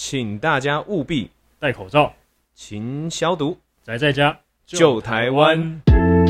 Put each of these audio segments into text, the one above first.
请大家务必戴口罩， 勤消毒， 宅在家救台湾。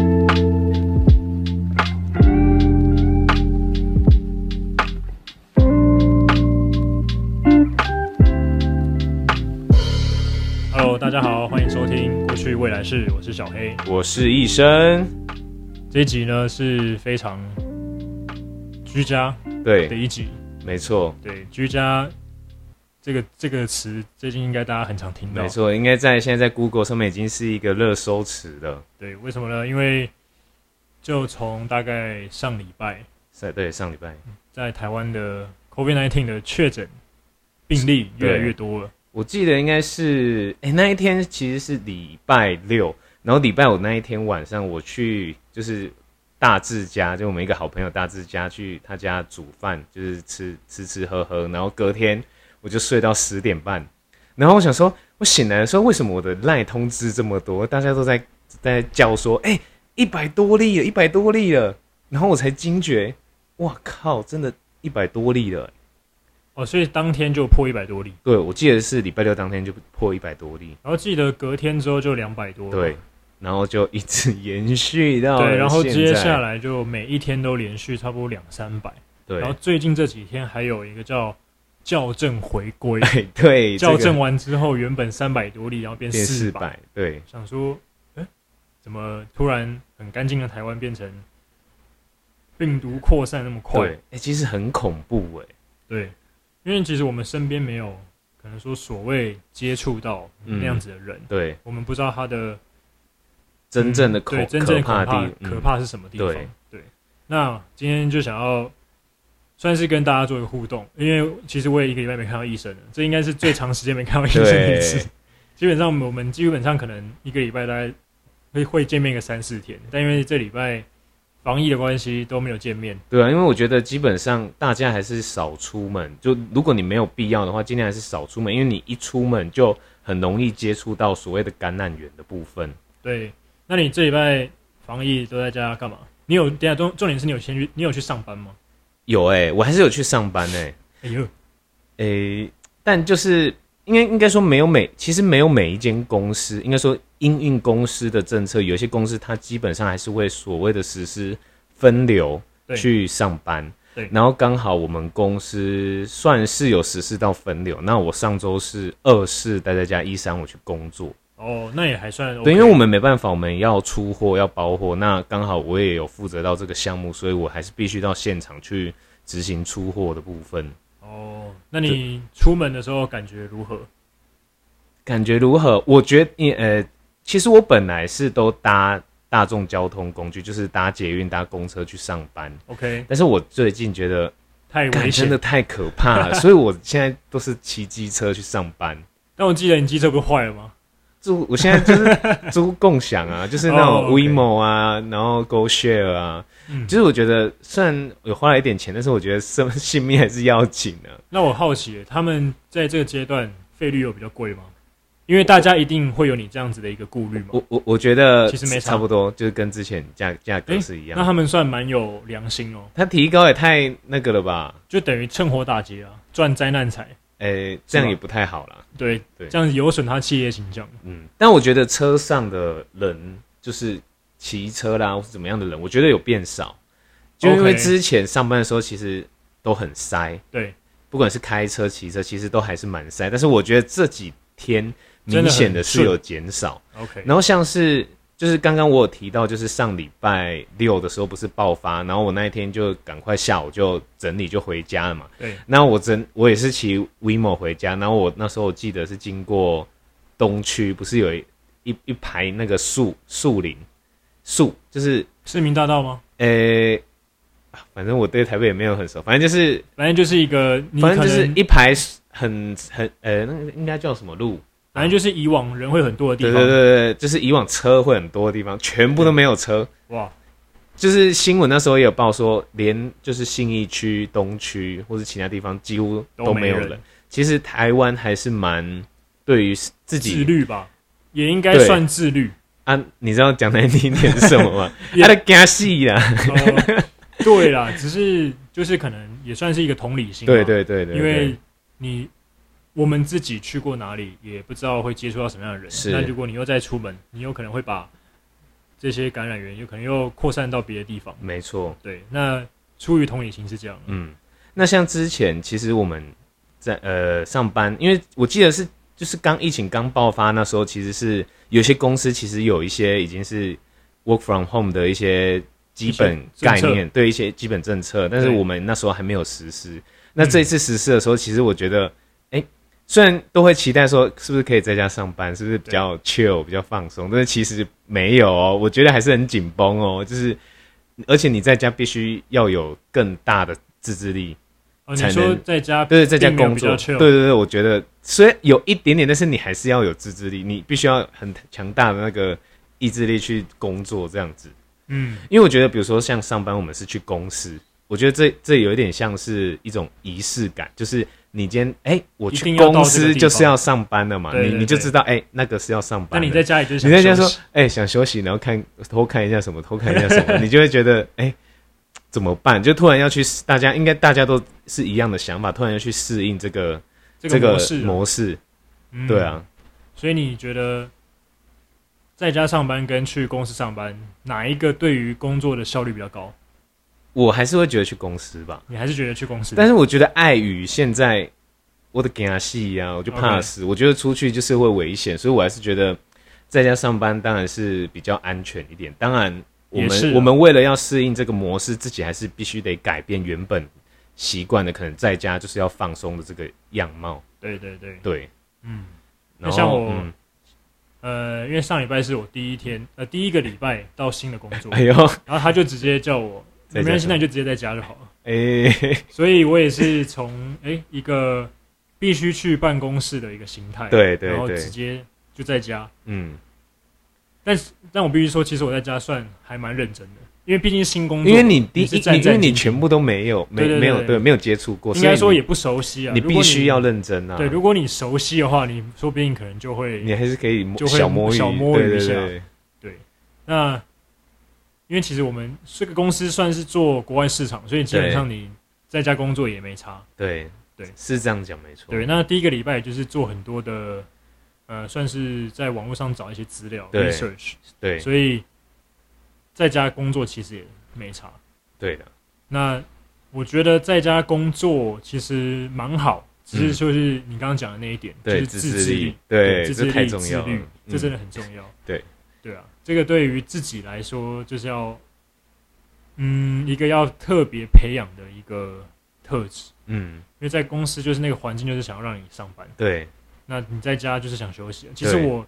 Hello， 大家好，欢迎收听过去未来式，我是小黑， 我是医生。 这一集呢是非常居家的一集， 没错， 对，居家这个词最近应该大家很常听到， 没错，应该现在在 Google 上面已经是一个热搜词了。 对，为什么呢？因为就从大概上礼拜，在台湾的 COVID-19 的确诊病例越来越多了。 我记得应该是那一天其实是礼拜六，然后礼拜五那一天晚上我去就是大志家，就我们一个好朋友大志家，去他家煮饭，就是吃喝喝，然后隔天我就睡到10点半，然后我想说，我醒来的时候为什么我的 LINE 通知这么多，大家都在叫说100多例了，然后我才惊觉，哇靠，真的100多例了。 哦，所以当天就破100多例。 对，我记得是礼拜六当天就破100多例， 然后记得隔天之后就200多。 对，然后就一直延续到对，然后接下来就每一天都连续差不多200-300。 对， 然后最近这几天还有一个叫校正回归， 对， 校正完之后原本300多例，然后变400。 对， 想说，怎么突然很干净的台湾变成病毒扩散那么快？ 对，其实很恐怖对。因为其实我们身边没有可能说所谓接触到那样子的人， 对， 我们不知道他的真正的可怕是什么地方。对，那今天就想要算是跟大家做一个互动，因为其实我也1个礼拜没看到医生了，这应该是最长时间没看到医生的一次。基本上我们可能1个礼拜大概会见面个3-4天，但因为这礼拜防疫的关系都没有见面。 对啊，因为我觉得基本上大家还是少出门，就如果你没有必要的话，尽量还是少出门，因为你一出门就很容易接触到所谓的感染源的部分。 对，那你这礼拜防疫都在家干嘛？你有重点是你有去上班吗？ 有我还是有去上班但就是应该说其实没有每一间公司，应该说因应公司的政策，有些公司它基本上还是会所谓的实施分流去上班。 对， 然后刚好我们公司算是有实施到分流，那我上周是2、4待在家，1、3我去工作。 哦，那也还算 OK。 对，因为我们没办法，我们要出货要包货，那刚好我也有负责到这个项目，所以我还是必须到现场去执行出货的部分。 哦，那你出门的时候感觉如何？ 我觉得其实我本来是都搭大众交通工具，就是搭捷运、搭公车去上班。 OK， 但是我最近觉得太危险， 真的太可怕了，所以我现在都是骑机车去上班。 但我记得你机车不是坏了吗？ 我现在就是租共享啊，就是那种 WeMo 啊，然后 GoShare 啊，就是我觉得虽然有花了一点钱，但是我觉得性命还是要紧的。 那我好奇，他们在这个阶段费率有比较贵吗？因为大家一定会有你这样子的一个顾虑嘛。 我觉得其实没差不多，就是跟之前价格是一样。 那他们算蛮有良心哦。 他提高也太那个了吧？ 就等于趁火打劫啊，赚灾难财。 这样也不太好啦。 对，这样有损他企业形象。 但我觉得车上的人，就是骑车啦或是怎么样的人，我觉得有变少。就因为之前上班的时候其实都很塞， 对， 不管是开车、骑车，其实都还是蛮塞。但是我觉得这几天明显的是有减少。 OK， 然后像是就是刚刚我有提到，就是上礼拜六的时候不是爆发，然后我那一天就赶快下午就整理就回家了嘛。 对， 那我也是骑 WeMo 回家，然后我那时候我记得是经过东区，不是有一排那个树林，就是市民大道吗？ 反正我对台北也没有很熟，反正就是一个， 反正就是一排很那个应该叫什么路？ 反正就是以往人会很多的地方。 对，就是以往车会很多的地方，全部都没有车。哇！就是新闻那时候也有报说，连就是信义区、东区或是其他地方几乎都没有人。其实台湾还是蛮对于自己自律吧，也应该算自律啊。你知道讲难听点是什么吗？他的惊死啦！ 对啦，只是就是可能也算是一个同理心。 对， 因为我们自己去过哪里，也不知道会接触到什么样的人。那如果你又再出门，你有可能会把这些感染源有可能又扩散到别的地方。 没错， 对。那出于同理心是这样。 那像之前其实我们在上班，因为我记得就是疫情刚爆发那时候，其实是有些公司其实有一些已经是 work from home 的一些基本概念，对一些基本政策，但是我们那时候还没有实施。那这一次实施的时候，其实我觉得，虽然都会期待说是不是可以在家上班，是不是比较 chill 比较放松，但是其实没有哦，我觉得还是很紧绷哦，就是而且你在家必须要有更大的自制力。 你说在家对在家工作，对，我觉得虽然有一点点，但是你还是要有自制力，你必须要很强大的那个意志力去工作这样子。因为我觉得比如说像上班，我们是去公司，我觉得这有一点像是一种仪式感，就是你今天我去公司就是要上班了嘛，你就知道那个是要上班的。 那你在家里就想你在家说想休息，然后偷看一下什么，你就会觉得怎么办？就突然要去，大家都是一样的想法，突然要去适应这个模式，对啊。 所以你觉得在家上班跟去公司上班，哪一个对于工作的效率比较高？ 我还是会觉得去公司吧。 你还是觉得去公司？ 但是我觉得碍于现在我的惊死啊，我就怕死。我觉得出去就是会危险，所以我还是觉得在家上班当然是比较安全一点。当然。我们为了要适应这个模式，自己还是必须得改变原本习惯的，可能在家就是要放松的这个样貌。对， 那像我，因为上礼拜是我第一个礼拜到新的工作，然后他就直接叫我，没关系，那你就直接在家就好了。所以我也是从一个必须去办公室的一个心态，对，然后直接就在家，但我必须说，其实我在家算还蛮认真的，因为毕竟新工作， 因为你全部都没有接触过， 应该说也不熟悉啊。 你必须要认真啊。 对，如果你熟悉的话，你说不定可能就会， 你还是可以小摸一下。对，那因为其实我们这个公司算是做国外市场，所以基本上你在家工作也没差。 对，是这样讲没错。 对，那第一个礼拜就是做很多的。算是在网络上找一些资料 research， 对，所以在家工作其实也没差。 对的。 那我觉得在家工作其实蛮好，只是就是你刚刚讲的那一点，就是自制力，自制力太重要了，这真的很重要。对啊，这个对于自己来说就是要，一个要特别培养的一个特质。因为在公司就是那个环境，就是想要让你上班。对。那你在家就是想休息。其实我，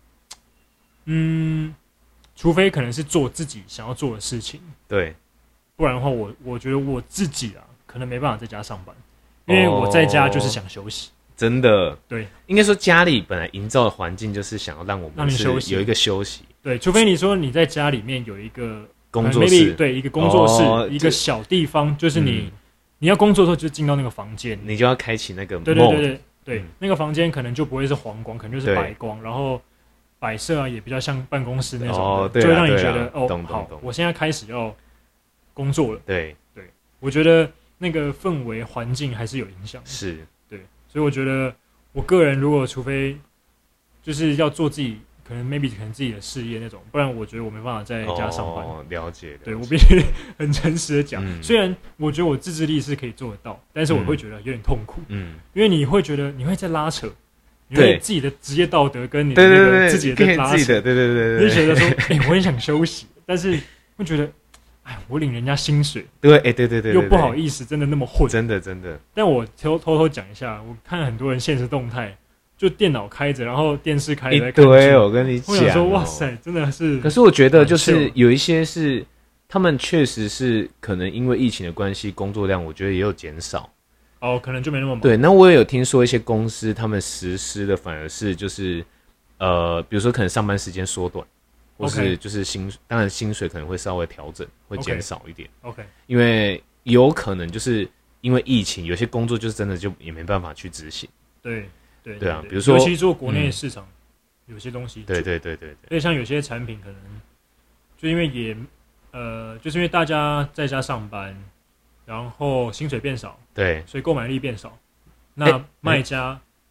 除非可能是做自己想要做的事情，对，不然的话，我觉得我自己可能没办法在家上班，因为我在家就是想休息。真的，对，应该说家里本来营造的环境就是想要让我们休息，有一个休息。对，除非你说你在家里面有一个工作室，对，一个工作室，一个小地方，就是你要工作的时候就进到那个房间，你就要开启那个 mode。对，那个房间可能就不会是黄光，可能就是白光，然后摆设也比较像办公室那种的，就会让你觉得好，我现在开始要工作了。对，我觉得那个氛围环境还是有影响。是，对，所以我觉得我个人如果除非就是要做自己，可能自己的事业那种，不然我觉得我没办法在家上班。了解。对，我必须很诚实的讲，虽然我觉得我自制力是可以做得到，但是我会觉得有点痛苦。因为你会觉得你会在拉扯，你会自己的职业道德跟你的那个自己的拉扯，对，你就觉得说，我很想休息，但是会觉得，我领人家薪水，对，又不好意思，真的那么混，真的。但我偷偷讲一下，我看很多人现实动态。就电脑开着，然后电视开着在看剧。对，我跟你讲，我想说，哇塞，真的是。可是我觉得，就是有一些是他们确实是可能因为疫情的关系，工作量我觉得也有减少。可能就没那么忙。对，那我也有听说一些公司他们实施的反而是就是比如说可能上班时间缩短，或是就是当然薪水可能会稍微调整，会减少一点。因为有可能就是因为疫情，有些工作就是真的就也没办法去执行。对啊，比如说，尤其做国内市场，有些东西，对，所以像有些产品可能就因为就是因为大家在家上班，然后薪水变少，对，所以购买力变少，那卖家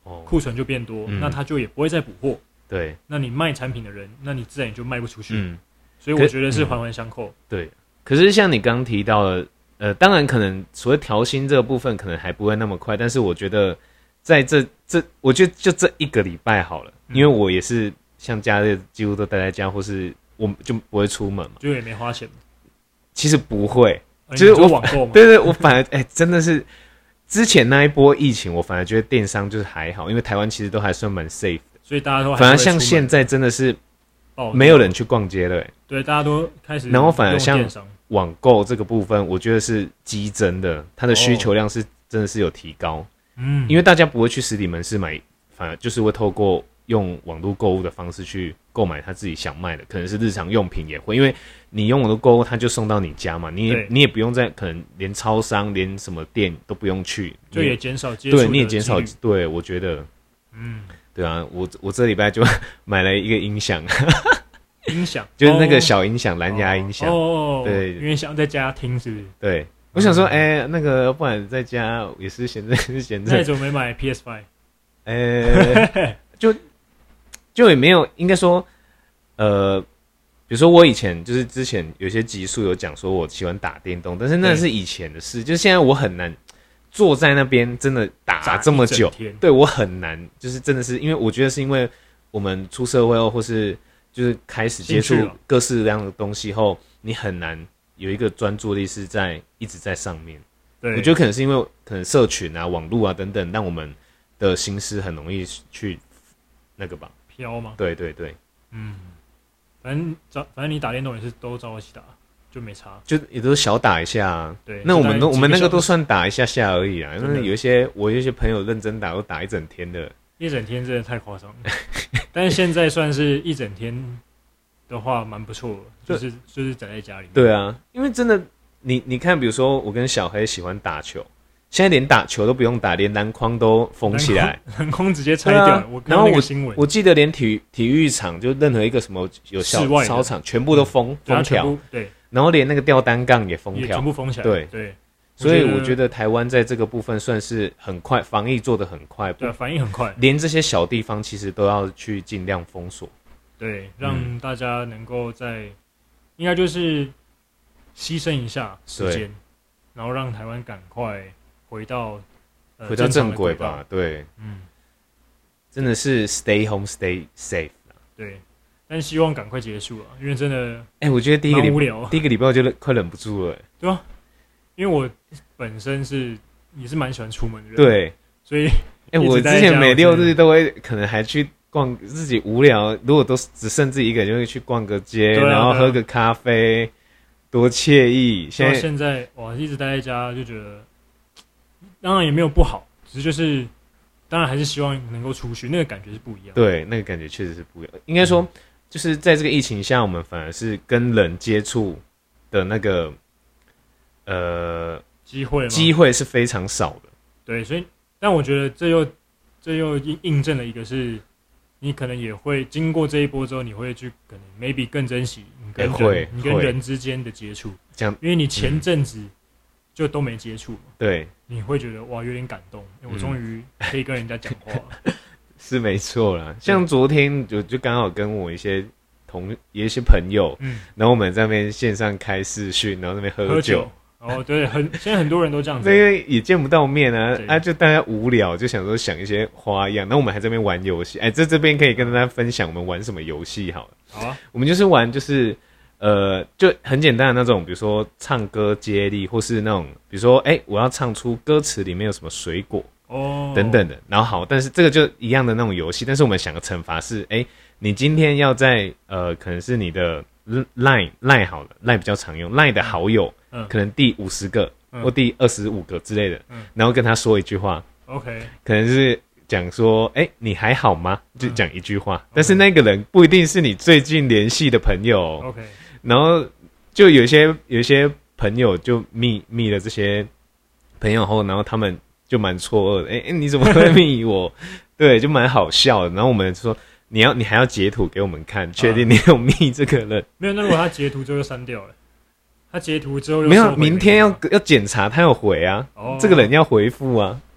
库存就变多，那他就也不会再补货。 对， 那你卖产品的人，那你自然也就卖不出去。所以我觉得是环环相扣。 对，可是像你刚提到的，当然可能所谓调薪这个部分可能还不会那么快，但是我觉得在我觉得就这1个礼拜好了，因为我也是像假日几乎都待在家，或是我就不会出门嘛， 就也没花钱。 其实不会，就是我网购嘛。 对，我反而真的是之前那一波疫情，我反而觉得电商就是还好，因为台湾其实都还算蛮 safe 的， 所以大家都还反而像现在真的是没有人去逛街了。 对，大家都开始。 然后反而像网购这个部分，我觉得是激增的，它的需求量是真的是有提高。因为大家不会去实体门市买，反而就是会透过用网络购物的方式去购买他自己想卖的，可能是日常用品也会，因为你用网络购物，他就送到你家嘛，你也不用在可能连超商、连什么店都不用去， 就也减少接触的几率。 对，你也减少。对，我觉得，对啊，我这礼拜就买了一个音响。 音响就是那个小音响，蓝牙音响。对， 因为想在家听，是不是？ 对，我想说，那个不然在家也是闲着。 那你怎么没买 PS5？ 就也没有，应该说，比如说我以前就是之前有些集数有讲说我喜欢打电动，但是那是以前的事，就是现在我很难坐在那边真的打这么久，对我很难，就是真的是因为我觉得是因为我们出社会后或是就是开始接触各式各样的东西后，你很难有一个专注力是一直在上面。对，我觉得可能是因为可能社群啊、网络啊等等，让我们的心思很容易去那个吧飘嘛。 对， 反正你打电动也是都找我一起打，就没差， 就也都是小打一下啊。对，那我们那个都算打一下下而已啊。因为我有一些朋友认真打，都打一整天的。 一整天真的太夸张了，但是现在算是一整天的话蛮不错的，就是宅在家里面。 对啊，因为真的你看，比如说我跟小黑喜欢打球，现在连打球都不用打，连篮筐都封起来， 篮筐直接拆掉了。 然后我记得连体育场就任何一个什么有小操场全部都封条， 对， 然后连那个吊单杠也封条， 全部封起来。对。 所以我觉得台湾在这个部分算是很快，防疫做得很快， 对，反应很快， 连这些小地方其实都要去尽量封锁， 对，让大家能够应该就是牺牲一下时间，然后让台湾赶快回到正轨吧，对，真的是 stay home stay safe， 对，但希望赶快结束了，因为真的， 我觉得第一个礼拜我就快忍不住了， 对啊。因为我本身也是蛮喜欢出门的人， 对， 所以我之前每6日都会可能还去逛，自己无聊，如果都只剩自己一个人，就会去逛个街，然后喝个咖啡，多惬意。现在哇，一直待在家就觉得，当然也没有不好，只是就是当然还是希望能够出去，那个感觉是不一样。 对，那个感觉确实是不一样。应该说，就是在这个疫情下，我们反而是跟人接触的那个。机会是非常少的， 对，所以，但我觉得这又印证了一个是，你可能也会经过这一波之后，你会去可能 maybe 更珍惜你跟人之间的接触，因为你前阵子就都没接触嘛， 对， 你会觉得哇有点感动，我终于可以跟人家讲话了， 是没错啦。像昨天就刚好跟我一些朋友，然后我们在那边线上开视讯，然后那边喝酒。 对，现在很多人都这样子， 因为也见不到面啊，就大家无聊，就想说想一些花样。那我们还在那边玩游戏，这边可以跟大家分享我们玩什么游戏好了。 好啊， 我们就是玩就很简单的那种，比如说唱歌接力，或是那种比如说我要唱出歌词里面有什么水果等等的。然后好，但是这个就一样的那种游戏，但是我们想的惩罚是你今天要在可能是你的Line 好了，Line 比较常用，Line 的好友。可能第50个或第25个之类的，然后跟他说一句话 ，OK， 可能是讲说，你还好吗？就讲一句话，但是那个人不一定是你最近联系的朋友 ，OK， 然后就有一些朋友就密了这些朋友后，然后他们就蛮错愕的，你怎么会密我？对，就蛮好笑的。然后我们说，你还要截图给我们看，确定你有密这个人？ 没有，那如果他截图之后就删掉了。他截图之后没有，明天要检查他有回啊，这个人要回复啊。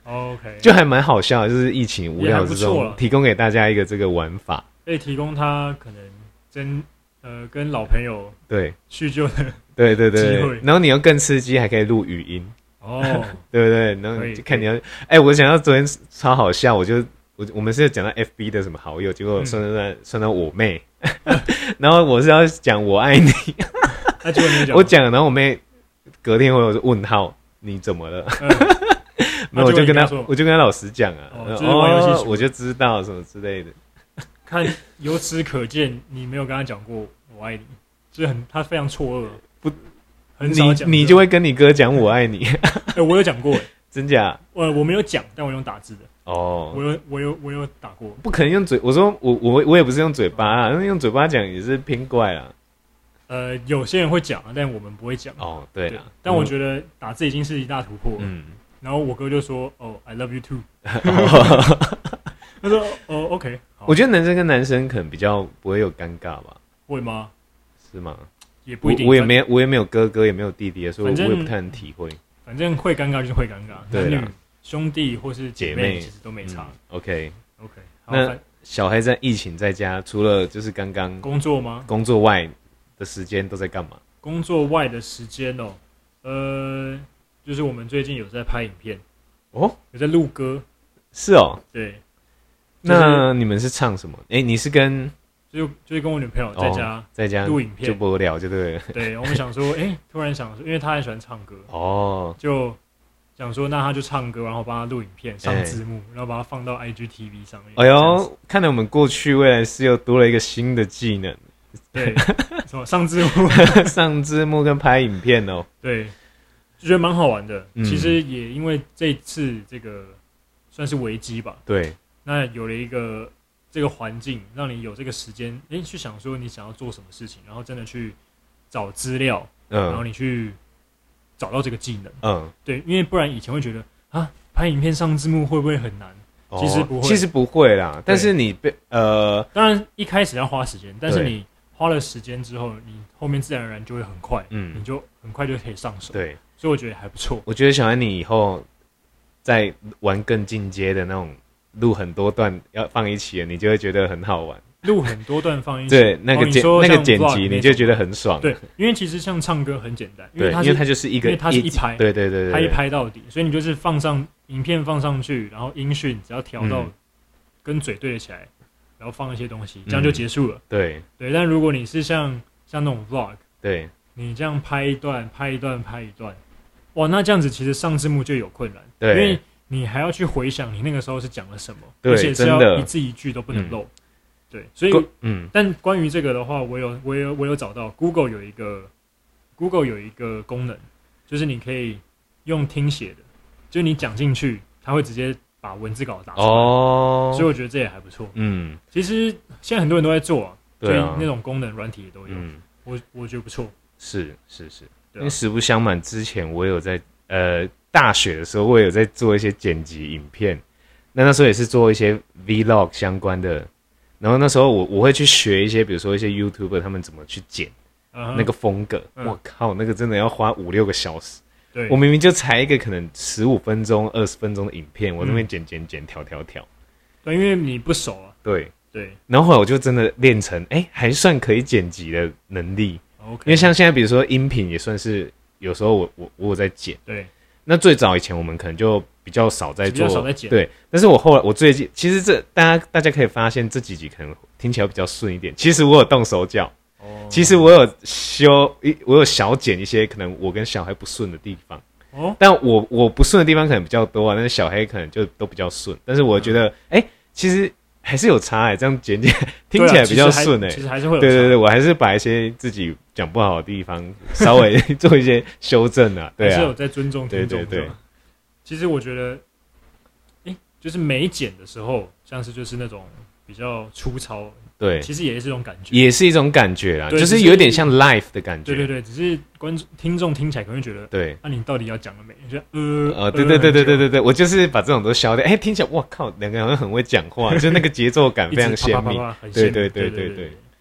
OK， 就还蛮好笑的，就是疫情无聊之中提供给大家一个这个玩法， 可以提供他可能跟老朋友对叙旧的对， 机会， 然后你要更刺激，还可以录语音哦， 对不对？然后就看你要，我想到昨天超好笑，我们是讲到 FB 的什么好友，结果算到我妹，然后我是要讲我爱你，我讲，然后我妹隔天我就问号，你怎么了？没有，我就跟他老实讲啊，我就知道什么之类的。 看由此可见，你没有跟他讲过我爱你，就是他非常错愕，不很少讲。 你就会跟你哥讲我爱你？ 我有讲过， 真假？ 我没有讲，但我用打字的。 哦， 我有打过， 不可能用嘴。我说我也不是用嘴巴啊，用嘴巴讲也是偏怪啦。 有些人会讲，但我们不会讲。 哦，对啦， 但我觉得打字已经是一大突破。然后我哥就说：“哦 ，I love you too。”他说：“哦 ，OK。” 我觉得男生跟男生可能比较不会有尴尬吧？ 会吗？ 是吗？ 也不一定。 我也没有哥哥，也没有弟弟，所以我也不太能体会。 反正会尴尬就是会尴尬，男女兄弟或是姐妹其实都没差。 OK， 好， 那小孩在疫情在家，除了就是刚刚工作吗？ 工作外的时间都在干嘛？ 工作外的时间哦，就是我们最近有在拍影片哦，有在录歌。 是哦， 对。 那你们是唱什么？你是跟就是跟我女朋友在家录影片， 就不聊就对了。 对，我们想说，突然想说，因为她很喜欢唱歌哦， 就想说，那她就唱歌，然后帮她录影片，上字幕，然后把它放到 IGTV 上面。 哎呦，看来我们过去未来是又多了一个新的技能。 对，什么上字幕、 上字幕跟拍影片哦。 对，就觉得蛮好玩的。其实也因为这次这个算是危机吧。 对。 那有了一个这个环境，让你有这个时间，去想说你想要做什么事情，然后真的去找资料，然后你去找到这个技能，对，因为不然以前会觉得啊，拍影片上字幕会不会很难？其实不会啦，但是你当然一开始要花时间，但是你花了时间之后，你后面自然而然就会很快，你就很快就可以上手， 对， 所以我觉得还不错。 我觉得小安你以后在玩更进阶的那种。录很多段要放一起，你就会觉得很好玩。 录很多段放一起， 对，那个剪辑你就觉得很爽。 对，因为其实像唱歌很简单，因为它就是一个， 因为它是一拍， 对， 它一拍到底，所以你就是放上影片放上去，然后音讯只要调到跟嘴对得起来，然后放一些东西，这样就结束了。对，但如果你是像那种 vlog， 对，你这样拍一段，哇，那这样子其实上字幕就有困难，对，因为你还要去回想你那个时候是讲了什么，而且是要一字一句都不能漏。对，所以但关于这个的话，我有找到 Google 有一个功能，就是你可以用听写的，就是你讲进去，它会直接把文字稿打出来。所以我觉得这也还不错。其实现在很多人都在做所以那种功能软体也都有。我觉得不错。是，因为实不相瞒，之前我有在大学的时候，我有在做一些剪辑影片，那时候也是做一些 vlog 相关的，然后那时候我会去学一些，比如说一些 YouTuber 他们怎么去剪那个风格，我靠，那个真的要花5-6个小时。对，我明明就才一个可能15分钟、20分钟的影片，我那边剪、调。 对，因为你不熟啊。对， 然后后来我就真的练成还算可以剪辑的能力。因为像现在比如说音频也算是有时候我有在剪。对。那最早以前我们可能就比较少在做，对。但是我最近其实大家可以发现这几集可能听起来比较顺一点。其实我有动手脚，其实我有小剪一些可能我跟小孩不顺的地方。但我不顺的地方可能比较多但是小黑可能就都比较顺。但是我觉得其实还是有差这样剪听起来比较顺其实还是会有差。 对，我还是把一些自己讲不好的地方稍微做一些修正对还是有在尊重听众。对，其实我觉得就是没剪的时候像是就是那种比较粗糙，对，其实也是一种感觉， 也是一种感觉啦，就是有点像 live 的感觉。 对，只是听众听起来可能会觉得，对，那你到底要讲了没？就对，我就是把这种都消掉。听起来哇靠，两个人好像很会讲话，就那个节奏感非常鲜明。对，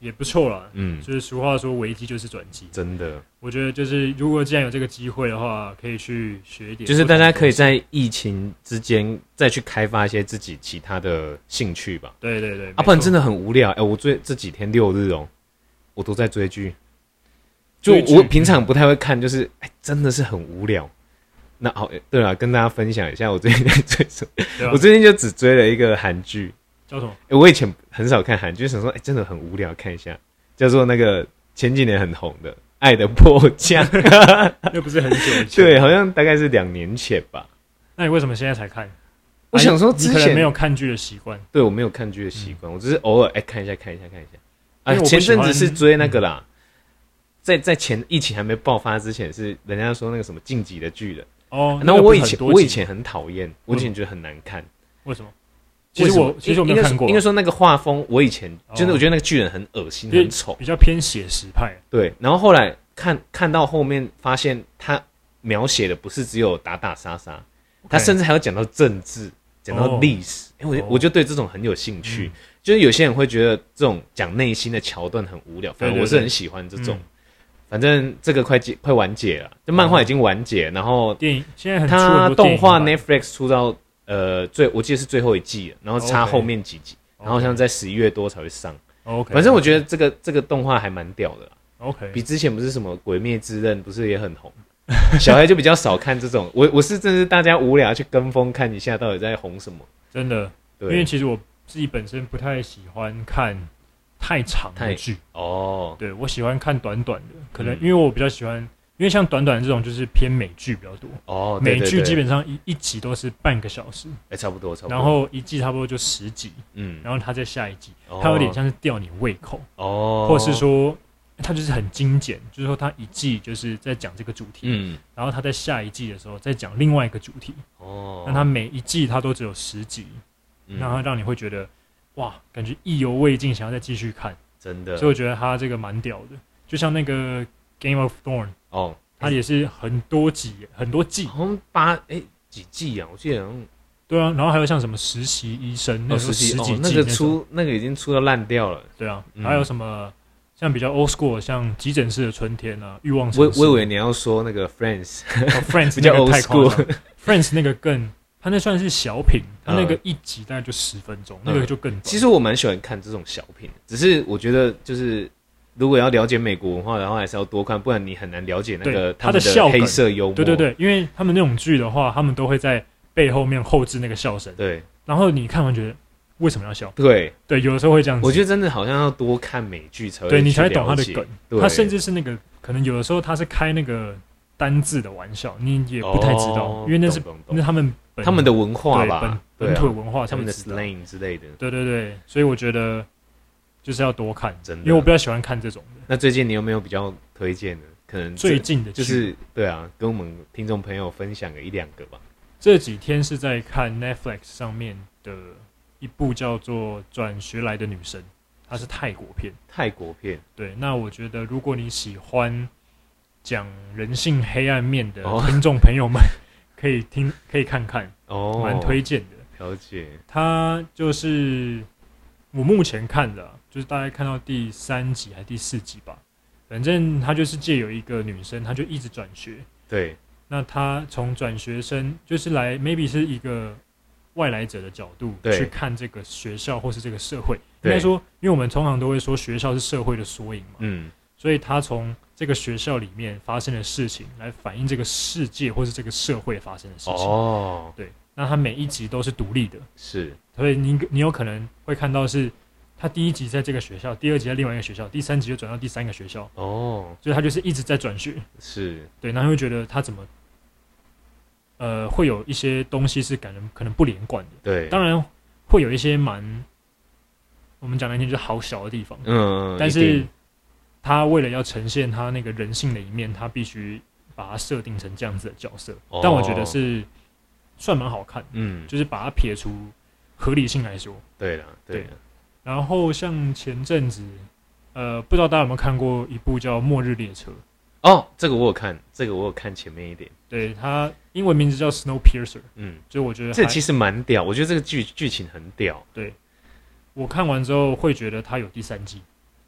也不错啦。就是俗话说危机就是转机， 真的。 我觉得就是如果既然有这个机会的话，可以去学一点， 就是大家可以在疫情之间再去开发一些自己其他的兴趣吧。 对对对， 不然真的很无聊。我这几天6日我都在追剧。就我平常不太会看，就是真的是很无聊。那好，对了，跟大家分享一下我最近在追什么。我最近就只追了一个韩剧， 叫什么？ 我以前很少看韩剧，想说真的很无聊，看一下，叫做那个前几年很红的《爱的迫降》， 又不是很久以前， 对，好像大概是2年前吧。 那你为什么现在才看？ 我想说之前你可能没有看剧的习惯。 对，我没有看剧的习惯，我只是偶尔看一下。前阵子是追那个啦。在前疫情还没爆发之前，是人家说那个什么晋级的巨人然后我以前很讨厌，我以前觉得很难看。 为什么？其实我没有看过。 应该说那个画风，我以前真的我觉得那个巨人很恶心，很丑， 比较偏写实派。 对，然后后来看到后面，发现他描写的不是只有打打杀杀，他甚至还要讲到政治，讲到历史。我就对这种很有兴趣。就是有些人会觉得这种讲内心的桥段很无聊，反正我是很喜欢这种。反正这个快完结了，就漫画已经完结，然后电影现在很它动画 Netflix 出到我记得是最后一季了，然后插后面几集，然后好像在11月多才会上。反正我觉得这个动画还蛮屌的啦。比之前不是什么《鬼灭之刃》不是也很红，小孩就比较少看这种。我是真的是大家无聊去跟风看一下到底在红什么，真的。 因为其实我自己本身不太喜欢看太长的剧对，我喜欢看短短的，可能因为我比较喜欢，因为像短短的这种就是偏美剧比较多美剧基本上一集都是半个小时， 差不多， 然后一季差不多就10集，然后它在下一季，它有点像是吊你胃口或者是说它就是很精简，就是说它一季就是在讲这个主题，然后它在下一季的时候再讲另外一个主题那它每一季它都只有10集，然后让你会觉得哇，感觉意犹未尽，想要再继续看，真的。所以我觉得他这个蛮屌的，就像那个《Game of Thrones》它也是很多季，好像几季啊？我记得好像对啊。然后还有像什么实习医生，那个十几季， 那个已经出到烂掉了。 对啊，还有什么像比较 old school， 像急诊室的春天啊，欲望城市。 我以为你要说那个 Friends， 比较 old school，Friends 那个更。它那算是小品，它那个一集大概就10分钟，那个就更短。 其实我蛮喜欢看这种小品，只是我觉得就是如果要了解美国文化的话，还是要多看，不然你很难了解那个他们的黑色幽默。 对，因为他们那种剧的话，他们都会在背后面后置那个笑声。对，然后你看完觉得为什么要笑？对，有的时候会这样子。 我觉得真的好像要多看美剧才会对你才懂他的梗。他甚至是那个可能有的时候他是开那个单字的玩笑，你也不太知道，因为那是他们的文化吧， 本土的文化， 他们的 slang 之类的。 对，所以我觉得就是要多看，真的，因为我比较喜欢看这种的。 那最近你有没有比较推荐的？可能最近的就是对啊，跟我们听众朋友分享个1-2个吧。 这几天是在看 Netflix 上面的一部叫做《转学来的女生》，它是泰国片。对，那我觉得如果你喜欢讲人性黑暗面的听众朋友们，可以看看蛮推荐的。 了解。 他就是我目前看的就是大概看到第3集还是第4集吧，反正他就是借有一个女生，她就一直转学。对。那她从转学生就是来 maybe 是一个外来者的角度去看这个学校或是这个社会。应该说，因为我们通常都会说学校是社会的缩影嘛。所以他从这个学校里面发生的事情来反映这个世界或是这个社会发生的事情。对，那他每一集都是独立的，是，所以你有可能会看到是他第1集在这个学校，第2集在另外一个学校，第3集就转到第3个学校。所以他就是一直在转学。是，对，然后会觉得他怎么会有一些东西是可能不连贯的。对，当然会有一些我们讲难听就是好小的地方。但是他为了要呈现他那个人性的一面，他必须把它设定成这样子的角色。但我觉得是算蛮好看。就是把它撇除合理性来说。对。然后像前阵子，不知道大家有没有看过一部叫《末日列车》？这个我有看前面一点。对，它英文名字叫 Snowpiercer。就我觉得这其实蛮屌，我觉得这个剧情很屌。 对，我看完之后会觉得它有第3季。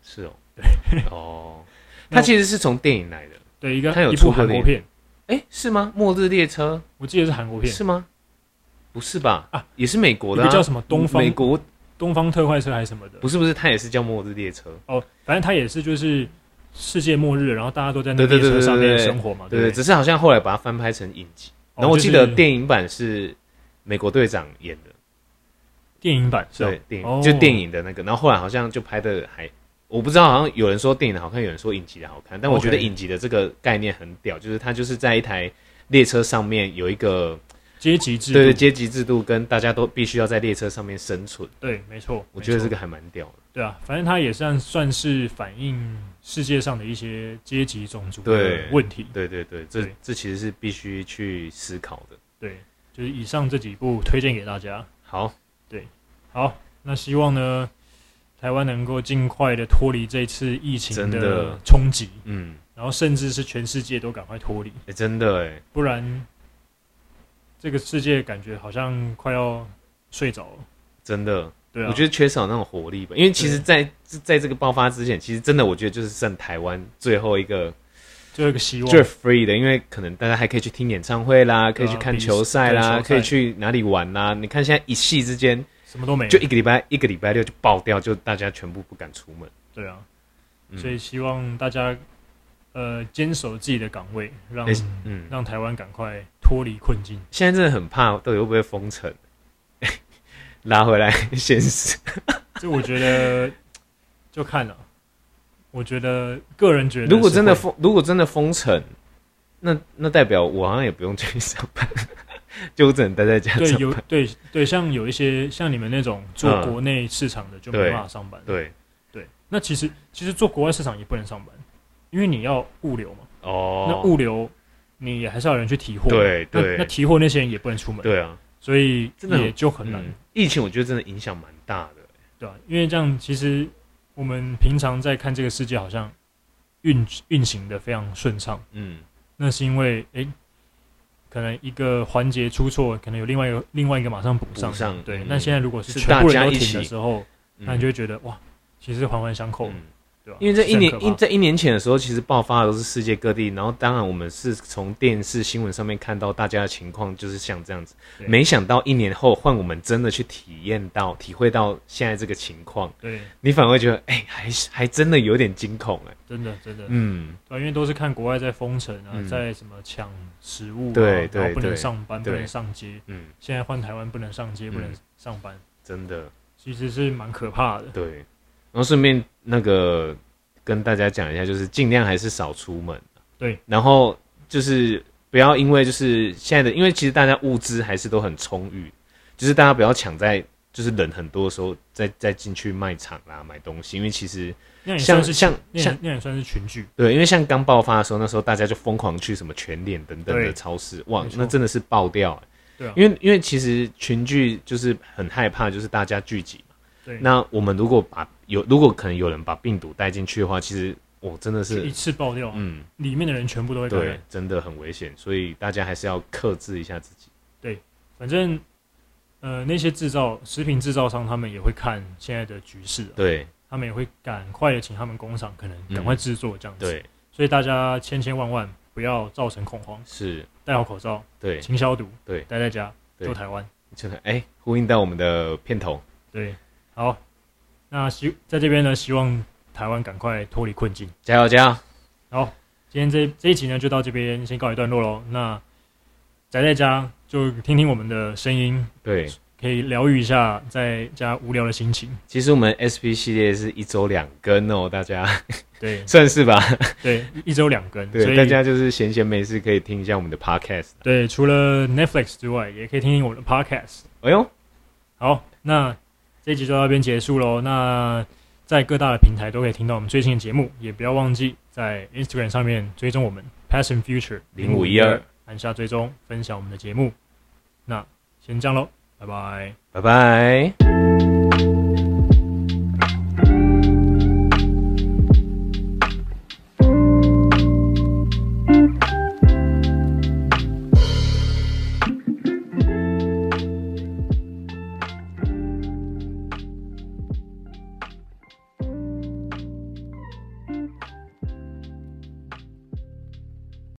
是哦， 对， 哦，它其实是从电影来的， 对， 它有一出过部韩国片， 是吗？末日列车， 我记得是韩国片， 是吗？不是吧？ 啊， 也是美国的、啊， 一个叫什么美国东方特快车还是什么的？ 不是，它也是叫末日列车。 哦，反正它也是就是世界末日，然后大家都在那列车上面生活嘛， 对，只是好像后来把它翻拍成影集，然后我记得电影版是美国队长演的， 电影版是对，就电影的那个，然后后来好像就拍的我不知道，好像有人说电影的好看，有人说影集的好看，但我觉得影集的这个概念很屌，就是它就是在一台列车上面有一个阶级制度， 对阶级制度跟大家都必须要在列车上面生存。 对，没错， 我觉得这个还蛮屌的。 对啊，反正它也算是反映世界上的一些阶级种族的问题。 对，这其实是必须去思考的。 对，就是以上这几部推荐给大家。 好， 对，好，那希望呢，台湾能够尽快的脱离这次疫情的冲击，然后甚至是全世界都赶快脱离。 真的不然这个世界感觉好像快要睡着了。真的。对啊， 我觉得缺少那种活力吧，因为其实在这个爆发之前，其实真的我觉得就是剩台湾最后一个希望， 最 free 的，因为可能大家还可以去听演唱会啦，可以去看球赛啦，可以去哪里玩啦。你看现在一夕之间什么都没， 就一个礼拜六就爆掉，就大家全部不敢出门。 对啊，所以希望大家坚守自己的岗位，让台湾赶快脱离困境。 现在真的很怕，到底会不会封城？拉回来现实， 这我觉得就看了。我觉得个人觉得， 如果真的封城，那代表我好像也不用去上班，就只能待在家上班。 对，像有一些像你们那种做国内市场的就没办法上班。对，那其实做国外市场也不能上班，因为你要物流嘛。哦，那物流你也还是要有人去提货。对，那提货那些人也不能出门。对啊。所以也就很难。 疫情我觉得真的影响蛮大的， 对吧？因为这样，其实我们平常在看这个世界，好像运行的非常顺畅。那是因为可能一个环节出错，可能有另外一个马上补上。对，那现在如果是全部人都停的时候，那你就会觉得哇，其实环环相扣。对吧？ 因为在一年前的时候，其实爆发的都是世界各地，然后当然我们是从电视新闻上面看到大家的情况就是像这样子，没想到一年后换我们真的去体会到现在这个情况，对，你反而会觉得还真的有点惊恐真的，对，因为都是看国外在封城啊，在什么抢食物啊，然后不能上班，不能上街，现在换台湾不能上街，不能上班，真的，其实是蛮可怕的，对。然后顺便跟大家讲一下，就是尽量还是少出门。对，然后就是不要因为就是现在的，因为其实大家物资还是都很充裕，就是大家不要抢在就是人很多的时候再进去卖场啦买东西，因为其实那也算是群聚。对，因为像刚爆发的时候，那时候大家就疯狂去什么全联等等的超市，哇，那真的是爆掉。对啊，因为其实群聚就是很害怕，就是大家聚集嘛。对，那我们如果可能有人把病毒带进去的话，其实真的是一次爆掉，里面的人全部都会感染，对，真的很危险，所以大家还是要克制一下自己。对，反正那些食品制造商他们也会看现在的局势，对，他们也会赶快的请他们工厂可能赶快制作这样子。对，所以大家千万不要造成恐慌，是戴好口罩，对，勤消毒，对，待在家，做台湾，真的呼应到我们的片头，对。好，那在这边呢，希望台湾赶快脱离困境，加油加油！好，今天这一集呢，就到这边先告一段落咯。那宅在家就听听我们的声音，对，可以疗愈一下在家无聊的心情。其实我们 SP 系列是1周2更哦，大家对算是吧？对，1周2更，对，所以大家就是闲没事可以听一下我们的 podcast。对，除了 Netflix 之外，也可以听听我们的 podcast。哎呦，好，那这一集就到这边结束咯。那在各大的平台都可以听到我们最新的节目，也不要忘记在 Instagram 上面追踪我们 Passion Future 0512，按下追踪，分享我们的节目。那先这样咯，拜拜，拜拜。